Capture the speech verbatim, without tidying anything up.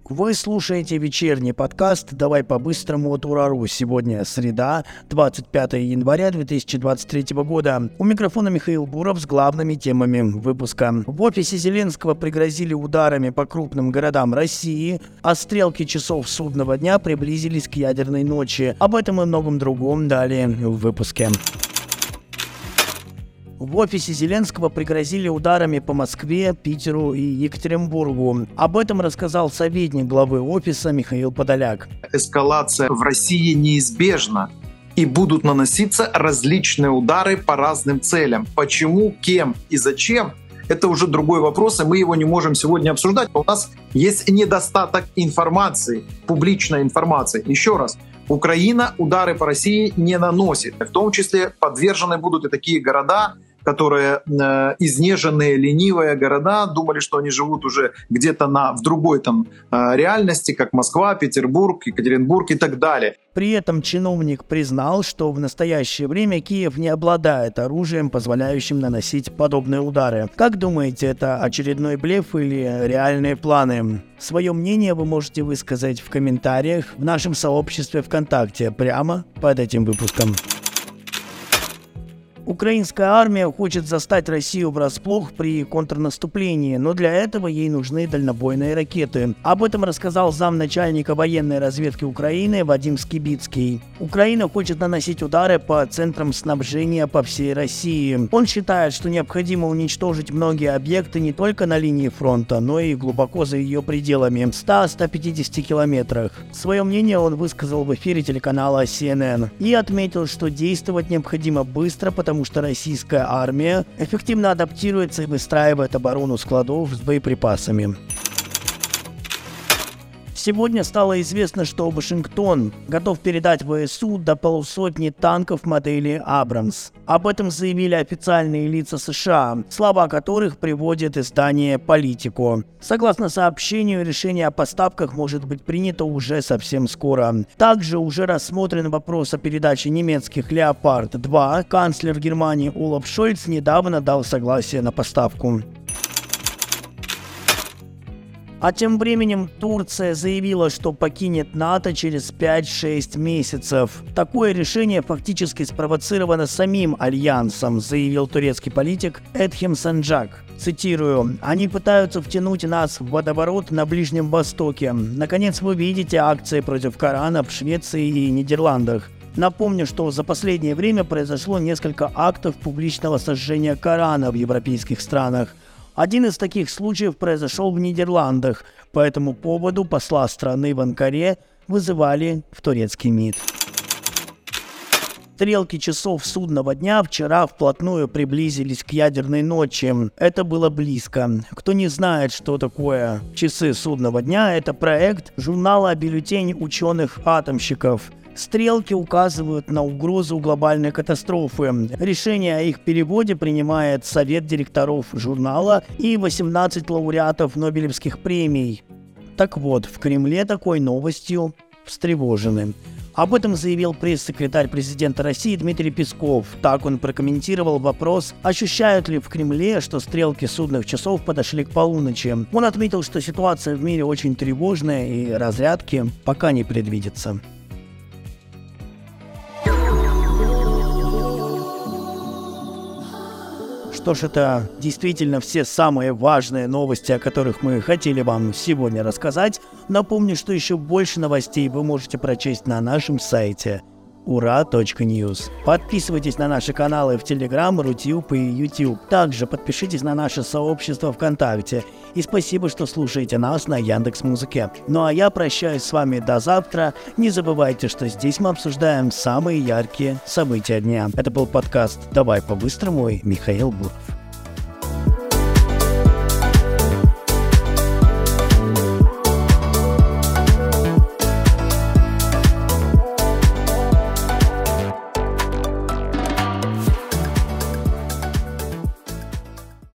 Вы слушаете вечерний подкаст «Давай по-быстрому» от Ура.ру. Сегодня среда, двадцать пятое января две тысячи двадцать третьего года. У микрофона Михаил Буров с главными темами выпуска. В офисе Зеленского пригрозили ударами по крупным городам России, а стрелки часов судного дня приблизились к ядерной ночи. Об этом и многом другом далее в выпуске. В офисе Зеленского пригрозили ударами по Москве, Питеру и Екатеринбургу. Об этом рассказал советник главы офиса Михаил Подоляк. Эскалация в России неизбежна, и будут наноситься различные удары по разным целям. Почему, кем и зачем — это уже другой вопрос, и мы его не можем сегодня обсуждать. У нас есть недостаток информации, публичной информации. Еще раз. Украина удары по России не наносит. В том числе подвержены будут и такие города, которые э, изнеженные, ленивые города, думали, что они живут уже где-то на, в другой там, э, реальности, как Москва, Петербург, Екатеринбург и так далее. При этом чиновник признал, что в настоящее время Киев не обладает оружием, позволяющим наносить подобные удары. Как думаете, это очередной блеф или реальные планы? Свое мнение вы можете высказать в комментариях в нашем сообществе ВКонтакте прямо под этим выпуском. Украинская армия хочет застать Россию врасплох при контрнаступлении, но для этого ей нужны дальнобойные ракеты. Об этом рассказал замначальника военной разведки Украины Вадим Скибицкий. Украина хочет наносить удары по центрам снабжения по всей России. Он считает, что необходимо уничтожить многие объекты не только на линии фронта, но и глубоко за ее пределами, в ста-ста пятидесяти километрах. Свое мнение он высказал в эфире телеканала си эн эн и отметил, что действовать необходимо быстро, потому потому что российская армия эффективно адаптируется и выстраивает оборону складов с боеприпасами. Сегодня стало известно, что Вашингтон готов передать вэ эс у до полусотни танков модели «Абрамс». Об этом заявили официальные лица США, слова которых приводит издание «Политико». Согласно сообщению, решение о поставках может быть принято уже совсем скоро. Также уже рассмотрен вопрос о передаче немецких «Леопард-два». Канцлер Германии Олаф Шольц недавно дал согласие на поставку. А тем временем Турция заявила, что покинет НАТО через пять-шесть месяцев. Такое решение фактически спровоцировано самим Альянсом, заявил турецкий политик Эдхем Санджак. Цитирую: «Они пытаются втянуть нас в водоворот на Ближнем Востоке. Наконец вы видите акции против Корана в Швеции и Нидерландах. Напомню, что за последнее время произошло несколько актов публичного сожжения Корана в европейских странах. Один из таких случаев произошел в Нидерландах. По этому поводу посла страны в Анкаре вызывали в турецкий МИД». Стрелки часов судного дня вчера вплотную приблизились к ядерной ночи. Это было близко. Кто не знает, что такое часы судного дня, это проект журнала «Бюллетень ученых-атомщиков». Стрелки указывают на угрозу глобальной катастрофы. Решение о их переводе принимает совет директоров журнала и восемнадцать лауреатов Нобелевских премий. Так вот, в Кремле такой новостью встревожены. Об этом заявил пресс-секретарь президента России Дмитрий Песков. Так он прокомментировал вопрос, ощущают ли в Кремле, что стрелки судных часов подошли к полуночи. Он отметил, что ситуация в мире очень тревожная и разрядки пока не предвидится. Что ж, это действительно все самые важные новости, о которых мы хотели вам сегодня рассказать. Напомню, что еще больше новостей вы можете прочесть на нашем сайте ура точка ньюс. Подписывайтесь на наши каналы в Telegram, Рутюб и YouTube. Также подпишитесь на наше сообщество ВКонтакте. И спасибо, что слушаете нас на Яндекс.Музыке. Ну а я прощаюсь с вами до завтра. Не забывайте, что здесь мы обсуждаем самые яркие события дня. Это был подкаст «Давай по-быстрому» и Михаил Буров.